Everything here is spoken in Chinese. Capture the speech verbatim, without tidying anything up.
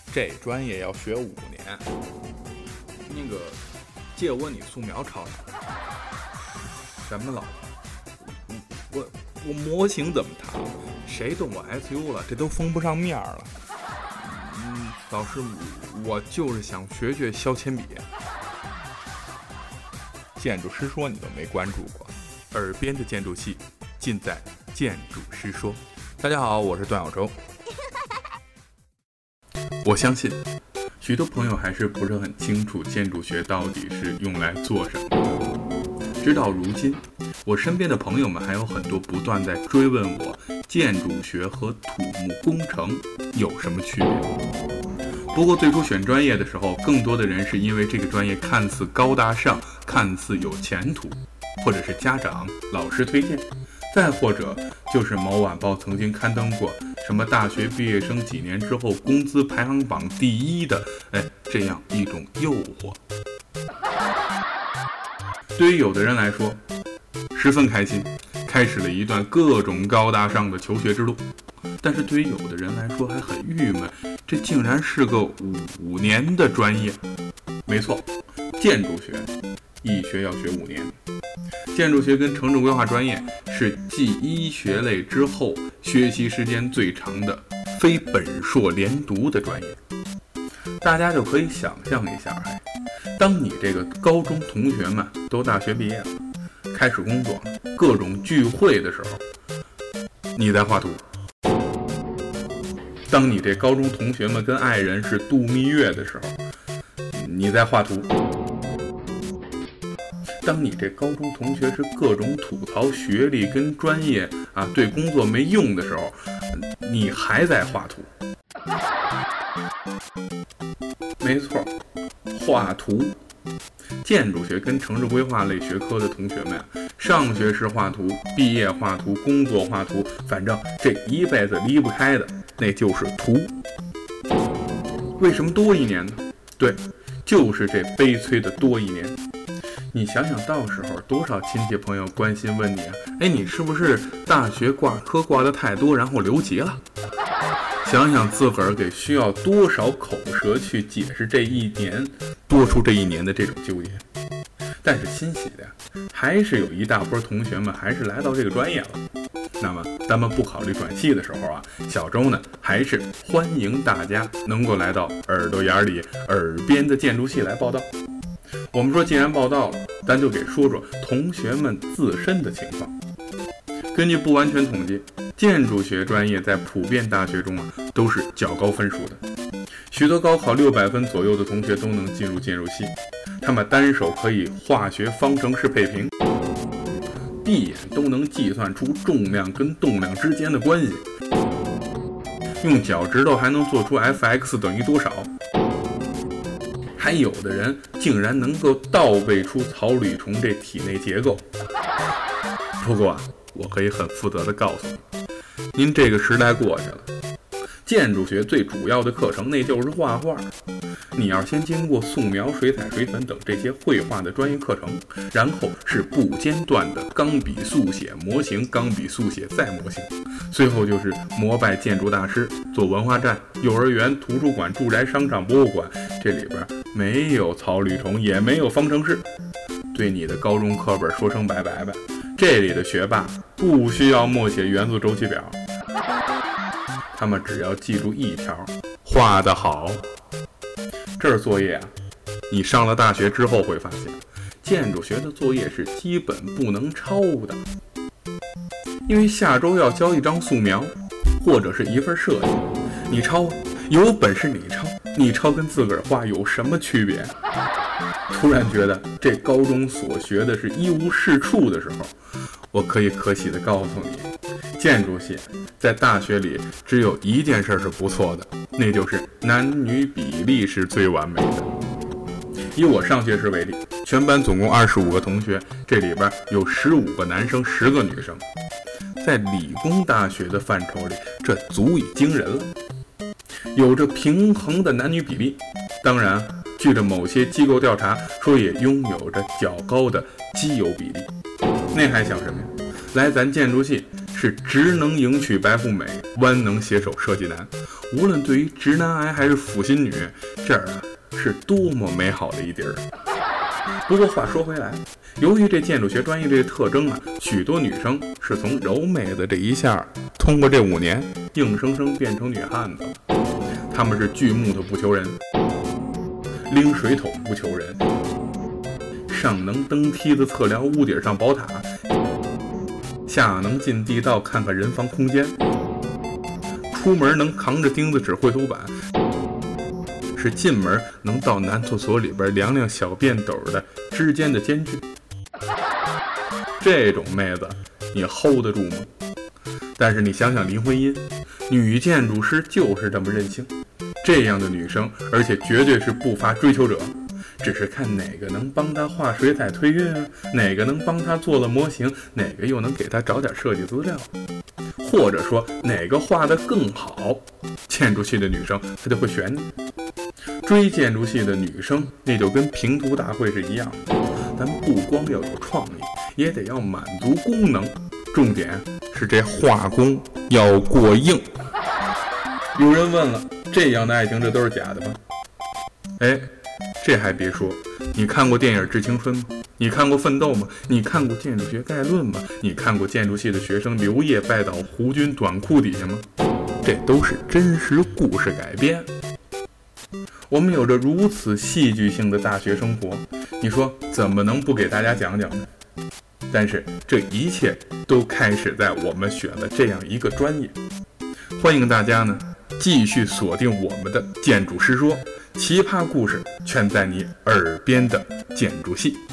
这专业要学五年。那个，借我你素描抄抄。什么老师？我我模型怎么弹？谁动我 S U 了？这都封不上面了。嗯，老师，我就是想学学削铅笔。建筑师说你都没关注过，耳边的建筑系尽在建筑师说。大家好，我是段小舟。我相信许多朋友还是不是很清楚建筑学到底是用来做什么的。直到如今，我身边的朋友们还有很多不断在追问我建筑学和土木工程有什么区别。不过最初选专业的时候，更多的人是因为这个专业看似高大上，看似有前途，或者是家长老师推荐，再或者就是某晚报曾经刊登过什么大学毕业生几年之后工资排行榜第一的哎，这样一种诱惑。对于有的人来说十分开心，开始了一段各种高大上的求学之路。但是对于有的人来说还很郁闷，这竟然是个五年的专业。没错，建筑学一学要学五年。建筑学跟城市规划专业是继医学类之后学习时间最长的非本硕连读的专业。大家就可以想象一下，哎，当你这个高中同学们都大学毕业了，开始工作，各种聚会的时候，你在画图；当你这高中同学们跟爱人是度蜜月的时候，你在画图；当你这高中同学是各种吐槽学历跟专业啊对工作没用的时候，你还在画图。没错，画图。建筑学跟城市规划类学科的同学们啊，上学时画图，毕业画图，工作画图，反正这一辈子离不开的那就是图。为什么多一年呢？对，就是这悲催的多一年。你想想到时候多少亲戚朋友关心问你啊，哎，你是不是大学挂科挂的太多，然后留级了？想想自个儿给需要多少口舌去解释这一年多出这一年的这种纠结。但是欣喜的还是有一大波同学们还是来到这个专业了。那么咱们不考虑转系的时候啊，小周呢还是欢迎大家能够来到耳朵眼里耳边的建筑系来报道。我们说既然报道了，咱就给说说同学们自身的情况。根据不完全统计，建筑学专业在普遍大学中啊都是较高分数的。许多高考六百分左右的同学都能进入建筑系，他们单手可以化学方程式配平，闭眼都能计算出重量跟动量之间的关系，用脚趾头还能做出 F X 等于多少。还有的人竟然能够倒背出草履虫这体内结构。不过啊，我可以很负责地告诉你，您这个时代过去了，建筑学最主要的课程那就是画画。你要先经过素描、水彩、水粉等这些绘画的专业课程，然后是不间断的钢笔速写模型，钢笔速写再模型，随后就是膜拜建筑大师，做文化站、幼儿园、图书馆、住宅、商场、博物馆，这里边没有草履虫，也没有方程式。对你的高中课本说声拜拜吧，这里的学霸不需要默写元素周期表，他们只要记住一条，画得好。这儿作业啊，你上了大学之后会发现，建筑学的作业是基本不能抄的。因为下周要交一张素描，或者是一份设计，你抄，有本事你抄，你抄跟自个儿画有什么区别？突然觉得这高中所学的是一无是处的时候，我可以可喜的告诉你，建筑系在大学里只有一件事是不错的，那就是男女比例是最完美的。以我上学时为例，全班总共二十五个同学，这里边有十五个男生，十个女生。在理工大学的范畴里，这足以惊人了，有着平衡的男女比例。当然，据着某些机构调查说，也拥有着较高的基友比例。那还想什么呀？来咱建筑系， 是直能迎娶白富美，弯能携手设计男。无论对于直男癌还是负心女，这儿啊是多么美好的一地儿。不过话说回来，由于这建筑学专业这特征啊，许多女生是从柔妹子这一下，通过这五年硬生生变成女汉子了。她们是锯木头不求人，拎水桶不求人，上能登梯子测量屋顶上宝塔，下能进地道看看人房空间，出门能扛着钉子纸绘图板，是进门能到男厕所里边量量小便斗的之间的间距。这种妹子你 hold 得住吗？但是你想想林徽因，女建筑师就是这么任性。这样的女生，而且绝对是不乏追求者，只是看哪个能帮她画水彩推运啊，哪个能帮她做了模型，哪个又能给她找点设计资料，或者说哪个画得更好，建筑系的女生她就会选你。追建筑系的女生那就跟评图大会是一样的，咱不光要有创意，也得要满足功能，重点是这画工要过硬。有人问了，这样的爱情这都是假的吗？哎，这还别说，你看过电影《致青春》吗？你看过《奋斗》吗？你看过《建筑学概论》吗？你看过建筑系的学生刘烨拜倒胡军短裤底下吗？这都是真实故事改编。我们有着如此戏剧性的大学生活，你说怎么能不给大家讲讲呢？但是这一切都开始在我们选了这样一个专业。欢迎大家呢继续锁定我们的建筑师说，奇葩故事全在你耳边的建筑系。